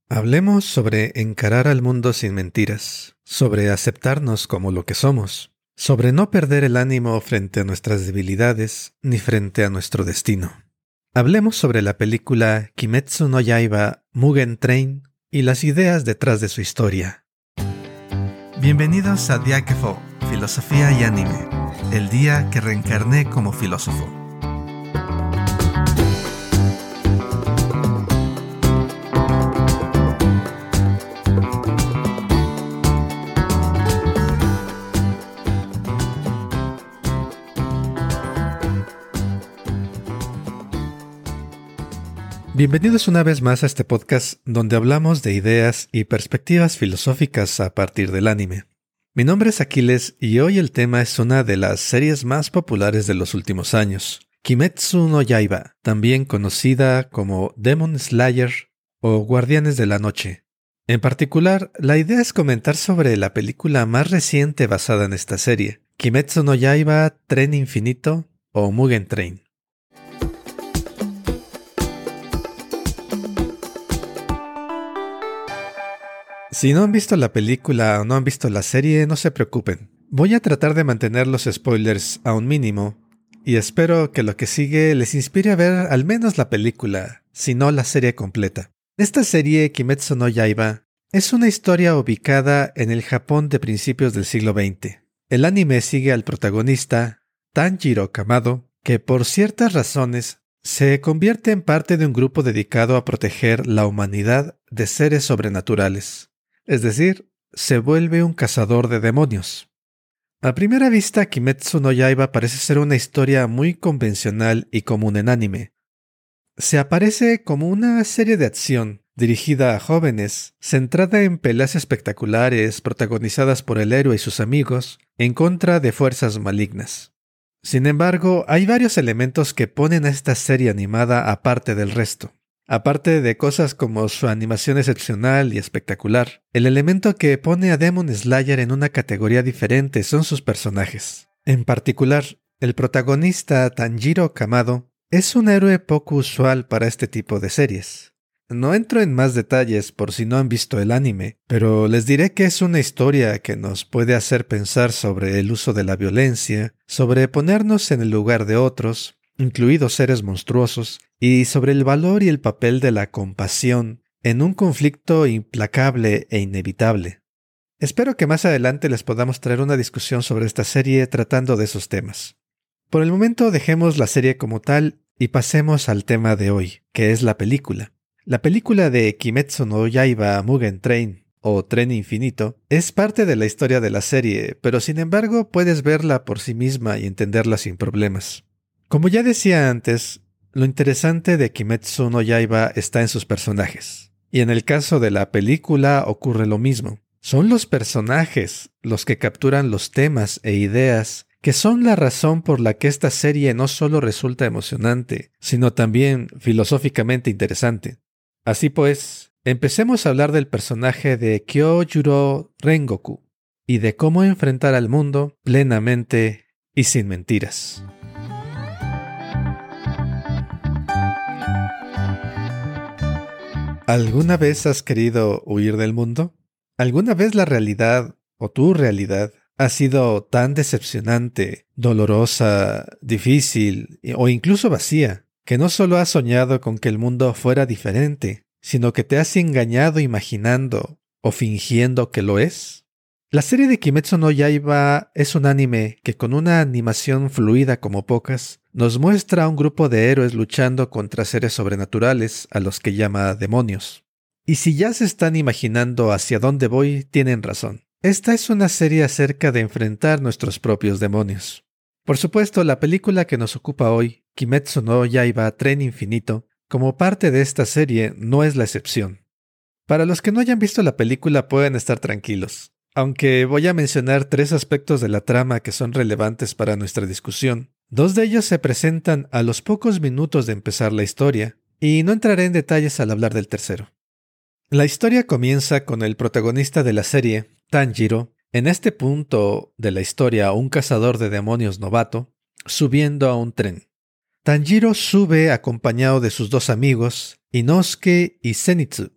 Hablemos sobre encarar al mundo sin mentiras, sobre aceptarnos como lo que somos, sobre no perder el ánimo frente a nuestras debilidades ni frente a nuestro destino. Hablemos sobre la película Kimetsu no Yaiba Mugen Train y las ideas detrás de su historia. Bienvenidos a Diakefo, Filosofía y Anime, el día que reencarné como filósofo. Bienvenidos una vez más a este podcast donde hablamos de ideas y perspectivas filosóficas a partir del anime. Mi nombre es Aquiles y hoy el tema es una de las series más populares de los últimos años, Kimetsu no Yaiba, también conocida como Demon Slayer o Guardianes de la Noche. En particular, la idea es comentar sobre la película más reciente basada en esta serie, Kimetsu no Yaiba Tren Infinito o Mugen Train. Si no han visto la película o no han visto la serie, no se preocupen. Voy a tratar de mantener los spoilers a un mínimo y espero que lo que sigue les inspire a ver al menos la película, si no la serie completa. Esta serie, Kimetsu no Yaiba, es una historia ubicada en el Japón de principios del siglo XX. El anime sigue al protagonista, Tanjiro Kamado, que por ciertas razones se convierte en parte de un grupo dedicado a proteger la humanidad de seres sobrenaturales. Es decir, se vuelve un cazador de demonios. A primera vista, Kimetsu no Yaiba parece ser una historia muy convencional y común en anime. Se aparece como una serie de acción dirigida a jóvenes, centrada en peleas espectaculares protagonizadas por el héroe y sus amigos en contra de fuerzas malignas. Sin embargo, hay varios elementos que ponen a esta serie animada aparte del resto. Aparte de cosas como su animación excepcional y espectacular, el elemento que pone a Demon Slayer en una categoría diferente son sus personajes. En particular, el protagonista Tanjiro Kamado es un héroe poco usual para este tipo de series. No entro en más detalles por si no han visto el anime, pero les diré que es una historia que nos puede hacer pensar sobre el uso de la violencia, sobre ponernos en el lugar de otros, incluidos seres monstruosos, y sobre el valor y el papel de la compasión en un conflicto implacable e inevitable. Espero que más adelante les podamos traer una discusión sobre esta serie tratando de esos temas. Por el momento dejemos la serie como tal y pasemos al tema de hoy, que es la película. La película de Kimetsu no Yaiba Mugen Train, o Tren Infinito, es parte de la historia de la serie, pero sin embargo puedes verla por sí misma y entenderla sin problemas. Como ya decía antes, lo interesante de Kimetsu no Yaiba está en sus personajes. Y en el caso de la película ocurre lo mismo. Son los personajes los que capturan los temas e ideas que son la razón por la que esta serie no solo resulta emocionante, sino también filosóficamente interesante. Así pues, empecemos a hablar del personaje de Kyojuro Rengoku y de cómo enfrentar al mundo plenamente y sin mentiras. ¿Alguna vez has querido huir del mundo? ¿Alguna vez la realidad, o tu realidad, ha sido tan decepcionante, dolorosa, difícil o incluso vacía, que no solo has soñado con que el mundo fuera diferente, sino que te has engañado imaginando o fingiendo que lo es? La serie de Kimetsu no Yaiba es un anime que con una animación fluida como pocas, nos muestra a un grupo de héroes luchando contra seres sobrenaturales a los que llama demonios. Y si ya se están imaginando hacia dónde voy, tienen razón. Esta es una serie acerca de enfrentar nuestros propios demonios. Por supuesto, la película que nos ocupa hoy, Kimetsu no Yaiba Tren Infinito, como parte de esta serie, no es la excepción. Para los que no hayan visto la película pueden estar tranquilos, aunque voy a mencionar 3 aspectos de la trama que son relevantes para nuestra discusión. 2 de ellos se presentan a los pocos minutos de empezar la historia, y no entraré en detalles al hablar del tercero. La historia comienza con el protagonista de la serie, Tanjiro, en este punto de la historia un cazador de demonios novato, subiendo a un tren. Tanjiro sube acompañado de sus 2 amigos, Inosuke y Zenitsu,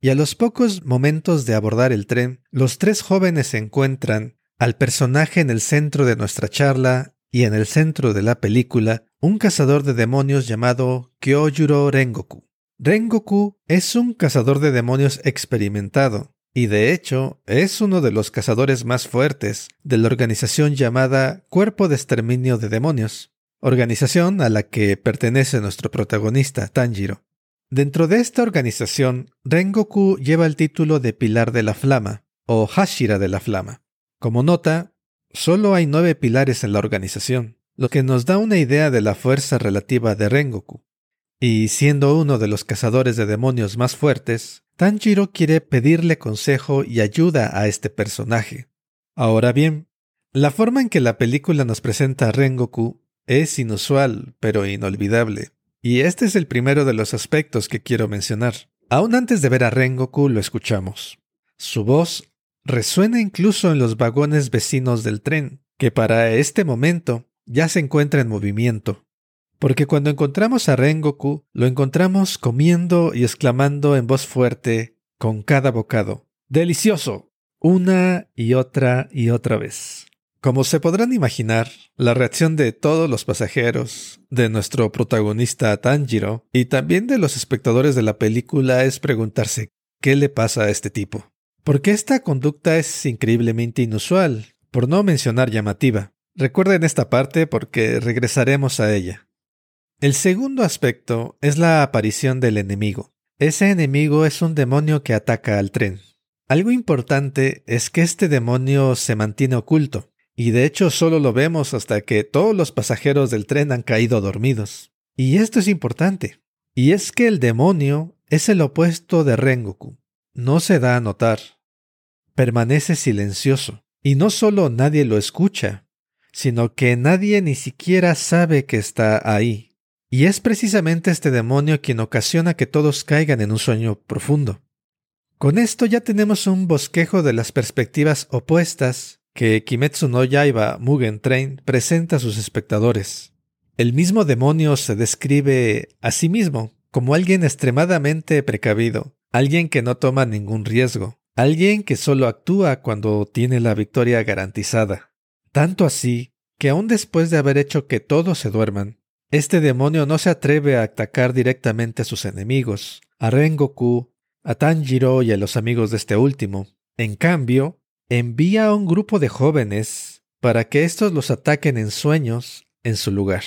y a los pocos momentos de abordar el tren, los tres jóvenes encuentran al personaje en el centro de nuestra charla y en el centro de la película, un cazador de demonios llamado Kyojuro Rengoku. Rengoku es un cazador de demonios experimentado, y de hecho es uno de los cazadores más fuertes de la organización llamada Cuerpo de Exterminio de Demonios, organización a la que pertenece nuestro protagonista, Tanjiro. Dentro de esta organización, Rengoku lleva el título de Pilar de la Flama, o Hashira de la Flama. Como nota, solo hay 9 pilares en la organización, lo que nos da una idea de la fuerza relativa de Rengoku. Y siendo uno de los cazadores de demonios más fuertes, Tanjiro quiere pedirle consejo y ayuda a este personaje. Ahora bien, la forma en que la película nos presenta a Rengoku es inusual, pero inolvidable. Y este es el primero de los aspectos que quiero mencionar. Aún antes de ver a Rengoku lo escuchamos. Su voz resuena incluso en los vagones vecinos del tren, que para este momento ya se encuentra en movimiento. Porque cuando encontramos a Rengoku, lo encontramos comiendo y exclamando en voz fuerte con cada bocado: ¡delicioso! Una y otra vez. Como se podrán imaginar, la reacción de todos los pasajeros, de nuestro protagonista Tanjiro y también de los espectadores de la película es preguntarse ¿qué le pasa a este tipo? Porque esta conducta es increíblemente inusual, por no mencionar llamativa. Recuerden esta parte porque regresaremos a ella. El segundo aspecto es la aparición del enemigo. Ese enemigo es un demonio que ataca al tren. Algo importante es que este demonio se mantiene oculto. Y de hecho solo lo vemos hasta que todos los pasajeros del tren han caído dormidos. Y esto es importante. Y es que el demonio es el opuesto de Rengoku. No se da a notar. Permanece silencioso. Y no solo nadie lo escucha, sino que nadie ni siquiera sabe que está ahí. Y es precisamente este demonio quien ocasiona que todos caigan en un sueño profundo. Con esto ya tenemos un bosquejo de las perspectivas opuestas que Kimetsu no Yaiba Mugen Train presenta a sus espectadores. El mismo demonio se describe a sí mismo como alguien extremadamente precavido, alguien que no toma ningún riesgo, alguien que solo actúa cuando tiene la victoria garantizada. Tanto así que aún después de haber hecho que todos se duerman, este demonio no se atreve a atacar directamente a sus enemigos, a Rengoku, a Tanjiro y a los amigos de este último. En cambio, envía a un grupo de jóvenes para que estos los ataquen en sueños en su lugar.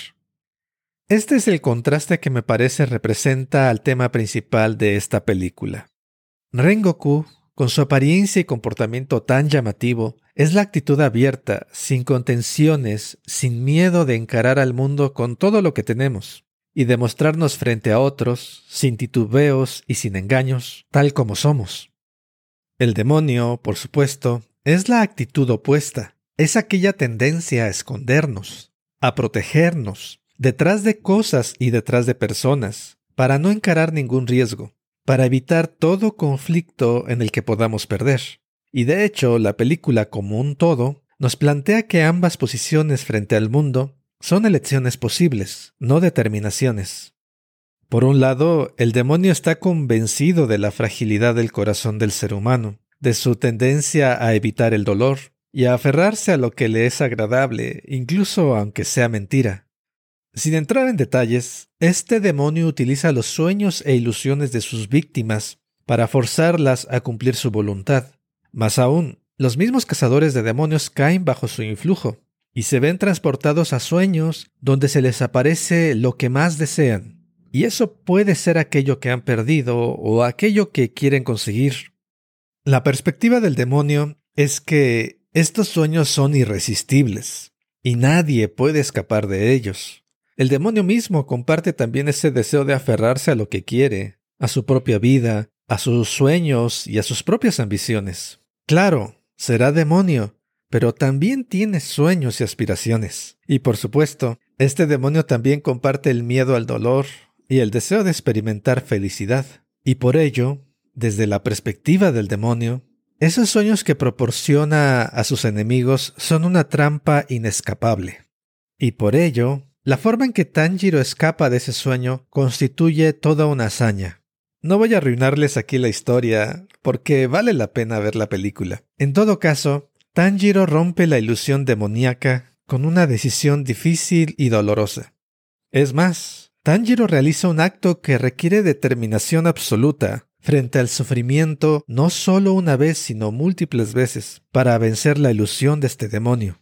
Este es el contraste que me parece representa al tema principal de esta película. Rengoku, con su apariencia y comportamiento tan llamativo, es la actitud abierta, sin contenciones, sin miedo de encarar al mundo con todo lo que tenemos, y demostrarnos frente a otros, sin titubeos y sin engaños, tal como somos. El demonio, por supuesto, es la actitud opuesta. Es aquella tendencia a escondernos, a protegernos, detrás de cosas y detrás de personas, para no encarar ningún riesgo, para evitar todo conflicto en el que podamos perder. Y de hecho, la película como un todo nos plantea que ambas posiciones frente al mundo son elecciones posibles, no determinaciones. Por un lado, el demonio está convencido de la fragilidad del corazón del ser humano, de su tendencia a evitar el dolor y a aferrarse a lo que le es agradable, incluso aunque sea mentira. Sin entrar en detalles, este demonio utiliza los sueños e ilusiones de sus víctimas para forzarlas a cumplir su voluntad. Más aún, los mismos cazadores de demonios caen bajo su influjo y se ven transportados a sueños donde se les aparece lo que más desean. Y eso puede ser aquello que han perdido o aquello que quieren conseguir. La perspectiva del demonio es que estos sueños son irresistibles y nadie puede escapar de ellos. El demonio mismo comparte también ese deseo de aferrarse a lo que quiere, a su propia vida, a sus sueños y a sus propias ambiciones. Claro, será demonio, pero también tiene sueños y aspiraciones. Y por supuesto, este demonio también comparte el miedo al dolor y el deseo de experimentar felicidad. Y por ello, desde la perspectiva del demonio, esos sueños que proporciona a sus enemigos son una trampa inescapable. Y por ello, la forma en que Tanjiro escapa de ese sueño constituye toda una hazaña. No voy a arruinarles aquí la historia, porque vale la pena ver la película. En todo caso, Tanjiro rompe la ilusión demoníaca con una decisión difícil y dolorosa. Es más, Tanjiro realiza un acto que requiere determinación absoluta frente al sufrimiento no solo una vez sino múltiples veces para vencer la ilusión de este demonio.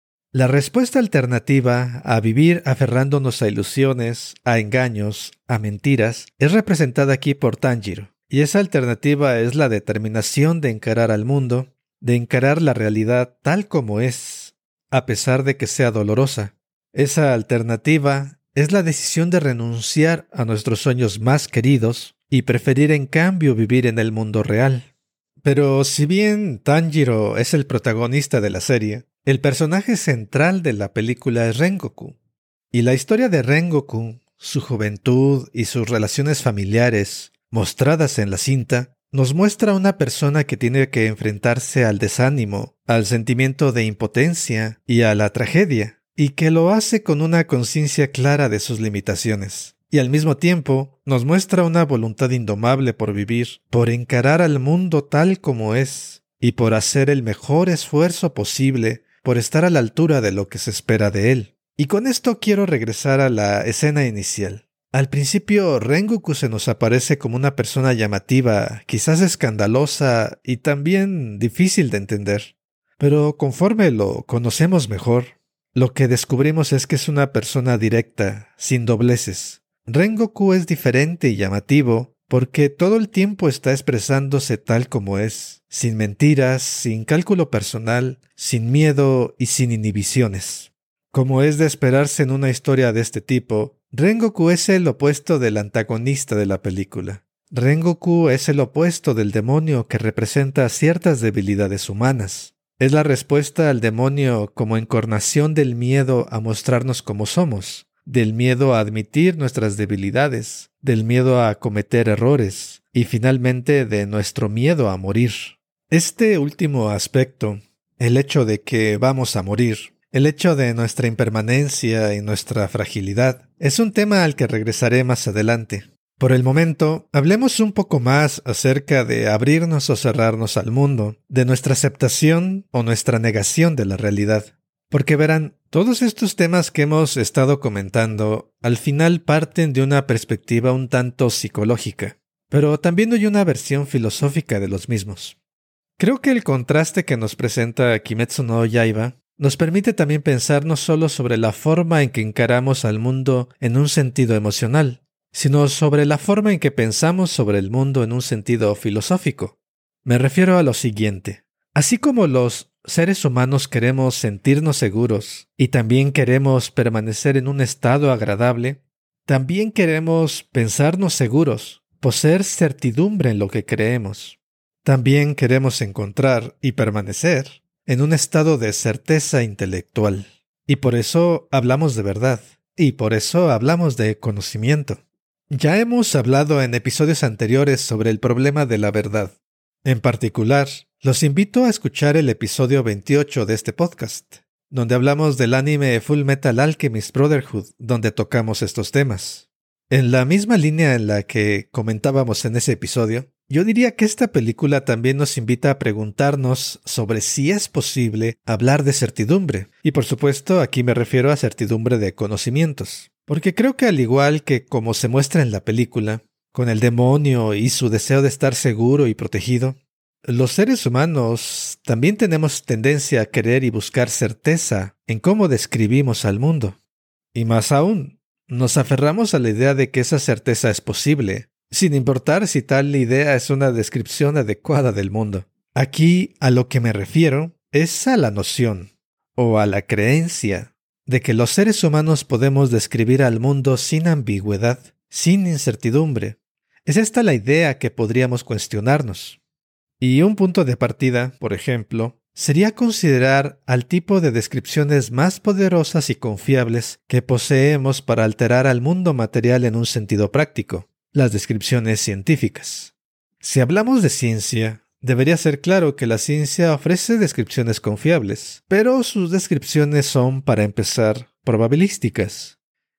La respuesta alternativa a vivir aferrándonos a ilusiones, a engaños, a mentiras, es representada aquí por Tanjiro. Y esa alternativa es la determinación de encarar al mundo, de encarar la realidad tal como es, a pesar de que sea dolorosa. Esa alternativa es la decisión de renunciar a nuestros sueños más queridos y preferir en cambio vivir en el mundo real. Pero si bien Tanjiro es el protagonista de la serie, el personaje central de la película es Rengoku. Y la historia de Rengoku, su juventud y sus relaciones familiares, mostradas en la cinta, nos muestra a una persona que tiene que enfrentarse al desánimo, al sentimiento de impotencia y a la tragedia, y que lo hace con una conciencia clara de sus limitaciones. Y al mismo tiempo nos muestra una voluntad indomable por vivir, por encarar al mundo tal como es, y por hacer el mejor esfuerzo posible por estar a la altura de lo que se espera de él. Y con esto quiero regresar a la escena inicial. Al principio, Rengoku se nos aparece como una persona llamativa, quizás escandalosa y también difícil de entender. Pero conforme lo conocemos mejor, lo que descubrimos es que es una persona directa, sin dobleces. Rengoku es diferente y llamativo porque todo el tiempo está expresándose tal como es, sin mentiras, sin cálculo personal, sin miedo y sin inhibiciones. Como es de esperarse en una historia de este tipo, Rengoku es el opuesto del antagonista de la película. Rengoku es el opuesto del demonio que representa ciertas debilidades humanas. Es la respuesta al demonio como encarnación del miedo a mostrarnos como somos, del miedo a admitir nuestras debilidades, del miedo a cometer errores y finalmente de nuestro miedo a morir. Este último aspecto, el hecho de que vamos a morir, el hecho de nuestra impermanencia y nuestra fragilidad, es un tema al que regresaré más adelante. Por el momento, hablemos un poco más acerca de abrirnos o cerrarnos al mundo, de nuestra aceptación o nuestra negación de la realidad. Porque verán, todos estos temas que hemos estado comentando al final parten de una perspectiva un tanto psicológica, pero también hay una versión filosófica de los mismos. Creo que el contraste que nos presenta Kimetsu no Yaiba nos permite también pensar no solo sobre la forma en que encaramos al mundo en un sentido emocional, sino sobre la forma en que pensamos sobre el mundo en un sentido filosófico. Me refiero a lo siguiente. Así como los seres humanos queremos sentirnos seguros y también queremos permanecer en un estado agradable, también queremos pensarnos seguros, poseer certidumbre en lo que creemos. También queremos encontrar y permanecer en un estado de certeza intelectual. Y por eso hablamos de verdad, y por eso hablamos de conocimiento. Ya hemos hablado en episodios anteriores sobre el problema de la verdad. En particular, los invito a escuchar el episodio 28 de este podcast, donde hablamos del anime Full Metal Alchemist Brotherhood, donde tocamos estos temas. En la misma línea en la que comentábamos en ese episodio, yo diría que esta película también nos invita a preguntarnos sobre si es posible hablar de certidumbre. Y por supuesto, aquí me refiero a certidumbre de conocimientos. Porque creo que al igual que como se muestra en la película, con el demonio y su deseo de estar seguro y protegido, los seres humanos también tenemos tendencia a querer y buscar certeza en cómo describimos al mundo. Y más aún, nos aferramos a la idea de que esa certeza es posible, sin importar si tal idea es una descripción adecuada del mundo. Aquí a lo que me refiero es a la noción, o a la creencia, de que los seres humanos podemos describir al mundo sin ambigüedad, sin incertidumbre. Es esta la idea que podríamos cuestionarnos. Y un punto de partida, por ejemplo, sería considerar al tipo de descripciones más poderosas y confiables que poseemos para alterar al mundo material en un sentido práctico, las descripciones científicas. Si hablamos de ciencia, debería ser claro que la ciencia ofrece descripciones confiables, pero sus descripciones son, para empezar, probabilísticas.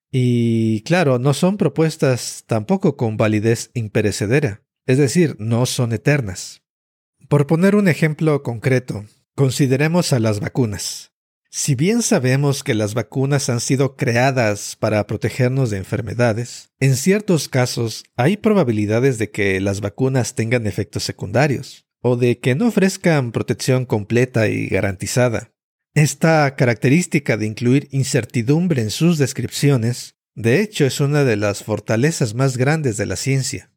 Y claro, no son propuestas tampoco con validez imperecedera, es decir, no son eternas. Por poner un ejemplo concreto, consideremos a las vacunas. Si bien sabemos que las vacunas han sido creadas para protegernos de enfermedades, en ciertos casos hay probabilidades de que las vacunas tengan efectos secundarios o de que no ofrezcan protección completa y garantizada. Esta característica de incluir incertidumbre en sus descripciones, de hecho, es una de las fortalezas más grandes de la ciencia.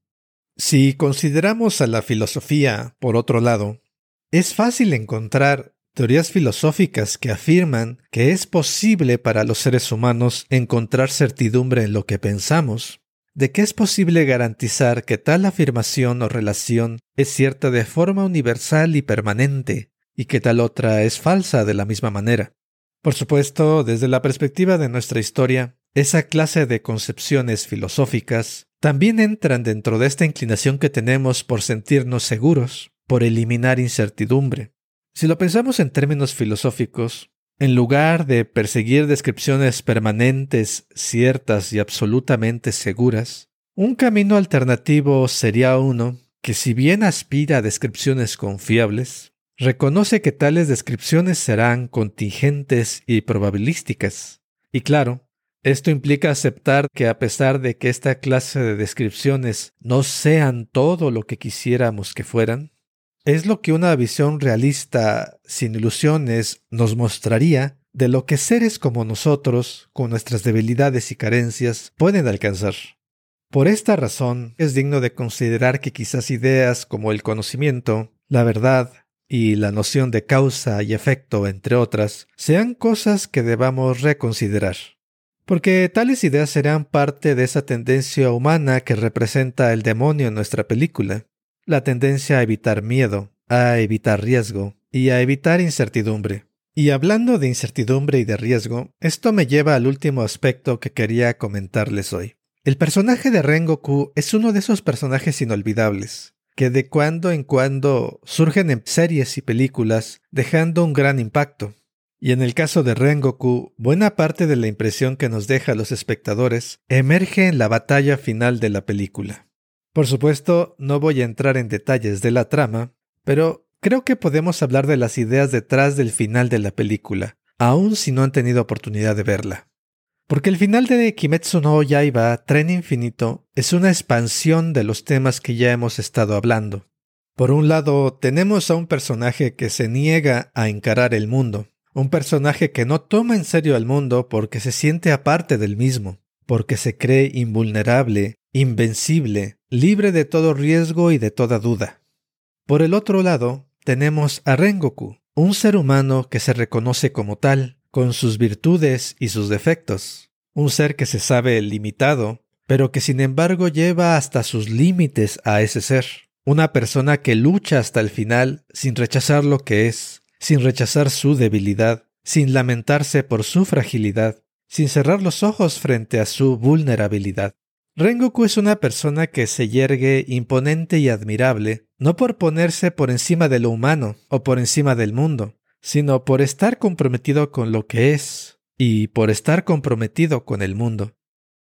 Si consideramos a la filosofía, por otro lado, es fácil encontrar teorías filosóficas que afirman que es posible para los seres humanos encontrar certidumbre en lo que pensamos, de que es posible garantizar que tal afirmación o relación es cierta de forma universal y permanente, y que tal otra es falsa de la misma manera. Por supuesto, desde la perspectiva de nuestra historia, esa clase de concepciones filosóficas también entran dentro de esta inclinación que tenemos por sentirnos seguros, por eliminar incertidumbre. Si lo pensamos en términos filosóficos, en lugar de perseguir descripciones permanentes, ciertas y absolutamente seguras, un camino alternativo sería uno que, si bien aspira a descripciones confiables, reconoce que tales descripciones serán contingentes y probabilísticas. Y claro, esto implica aceptar que a pesar de que esta clase de descripciones no sean todo lo que quisiéramos que fueran, es lo que una visión realista, sin ilusiones, nos mostraría de lo que seres como nosotros, con nuestras debilidades y carencias, pueden alcanzar. Por esta razón, es digno de considerar que quizás ideas como el conocimiento, la verdad y la noción de causa y efecto, entre otras, sean cosas que debamos reconsiderar. Porque tales ideas serán parte de esa tendencia humana que representa el demonio en nuestra película. La tendencia a evitar miedo, a evitar riesgo y a evitar incertidumbre. Y hablando de incertidumbre y de riesgo, esto me lleva al último aspecto que quería comentarles hoy. El personaje de Rengoku es uno de esos personajes inolvidables, que de cuando en cuando surgen en series y películas, dejando un gran impacto. Y en el caso de Rengoku, buena parte de la impresión que nos deja a los espectadores emerge en la batalla final de la película. Por supuesto, no voy a entrar en detalles de la trama, pero creo que podemos hablar de las ideas detrás del final de la película, aun si no han tenido oportunidad de verla. Porque el final de Kimetsu no Yaiba, Tren Infinito, es una expansión de los temas que ya hemos estado hablando. Por un lado, tenemos a un personaje que se niega a encarar el mundo, un personaje que no toma en serio al mundo porque se siente aparte del mismo, porque se cree invulnerable, invencible, libre de todo riesgo y de toda duda. Por el otro lado, tenemos a Rengoku, un ser humano que se reconoce como tal, con sus virtudes y sus defectos. Un ser que se sabe limitado, pero que sin embargo lleva hasta sus límites a ese ser. Una persona que lucha hasta el final sin rechazar lo que es, sin rechazar su debilidad, sin lamentarse por su fragilidad, sin cerrar los ojos frente a su vulnerabilidad. Rengoku es una persona que se yergue imponente y admirable, no por ponerse por encima de lo humano o por encima del mundo, sino por estar comprometido con lo que es y por estar comprometido con el mundo.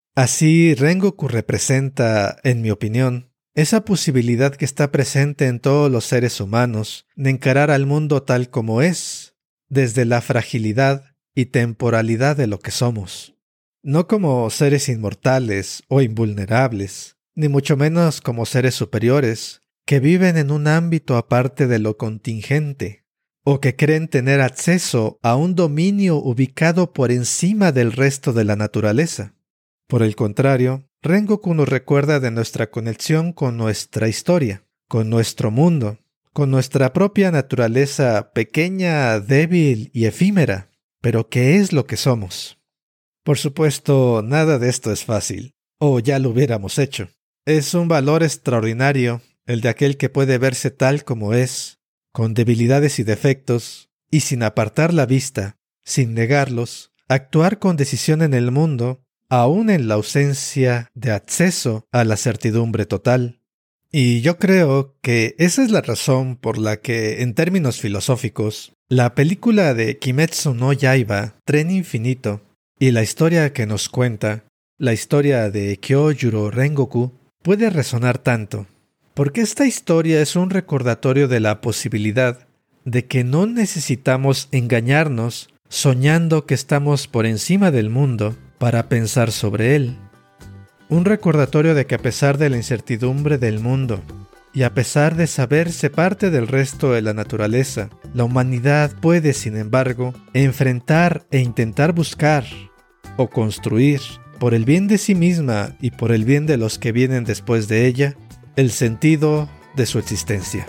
Así, Rengoku representa, en mi opinión, esa posibilidad que está presente en todos los seres humanos de encarar al mundo tal como es, desde la fragilidad y temporalidad de lo que somos. No como seres inmortales o invulnerables, ni mucho menos como seres superiores, que viven en un ámbito aparte de lo contingente, o que creen tener acceso a un dominio ubicado por encima del resto de la naturaleza. Por el contrario, Rengoku nos recuerda de nuestra conexión con nuestra historia, con nuestro mundo, con nuestra propia naturaleza pequeña, débil y efímera, pero que es lo que somos. Por supuesto, nada de esto es fácil, o ya lo hubiéramos hecho. Es un valor extraordinario el de aquel que puede verse tal como es, con debilidades y defectos, y sin apartar la vista, sin negarlos, actuar con decisión en el mundo, aun en la ausencia de acceso a la certidumbre total. Y yo creo que esa es la razón por la que, en términos filosóficos, la película de Kimetsu no Yaiba, Tren Infinito, y la historia que nos cuenta, la historia de Kyojuro Rengoku, puede resonar tanto, porque esta historia es un recordatorio de la posibilidad de que no necesitamos engañarnos soñando que estamos por encima del mundo para pensar sobre él. Un recordatorio de que a pesar de la incertidumbre del mundo y a pesar de saberse parte del resto de la naturaleza, la humanidad puede, sin embargo, enfrentar e intentar buscar o construir, por el bien de sí misma y por el bien de los que vienen después de ella, el sentido de su existencia.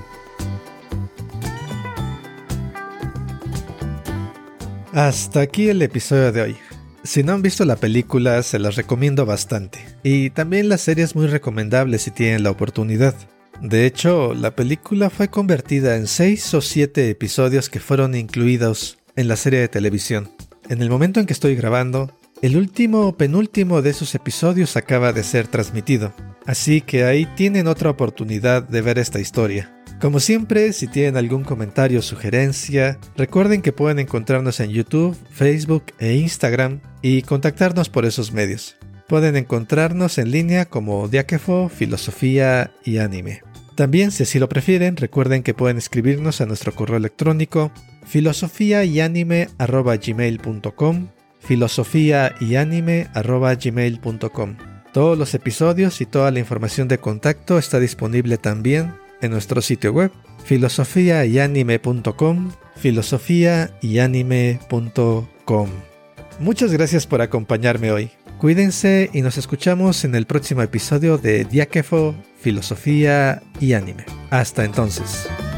Hasta aquí el episodio de hoy. Si no han visto la película, se las recomiendo bastante. Y también la serie es muy recomendable si tienen la oportunidad. De hecho, la película fue convertida en 6 o 7 episodios que fueron incluidos en la serie de televisión. En el momento en que estoy grabando, el último o penúltimo de esos episodios acaba de ser transmitido. Así que ahí tienen otra oportunidad de ver esta historia. Como siempre, si tienen algún comentario o sugerencia, recuerden que pueden encontrarnos en YouTube, Facebook e Instagram y contactarnos por esos medios. Pueden encontrarnos en línea como Diáquefo, Filosofía y Anime. También, si así lo prefieren, recuerden que pueden escribirnos a nuestro correo electrónico filosofiayanime@gmail.com filosofiayanime@gmail.com. Todos los episodios y toda la información de contacto está disponible también en nuestro sitio web filosofiayanime.com filosofiayanime.com. Muchas gracias por acompañarme hoy. Cuídense y nos escuchamos en el próximo episodio de Diáquefo, Filosofía y Anime. Hasta entonces.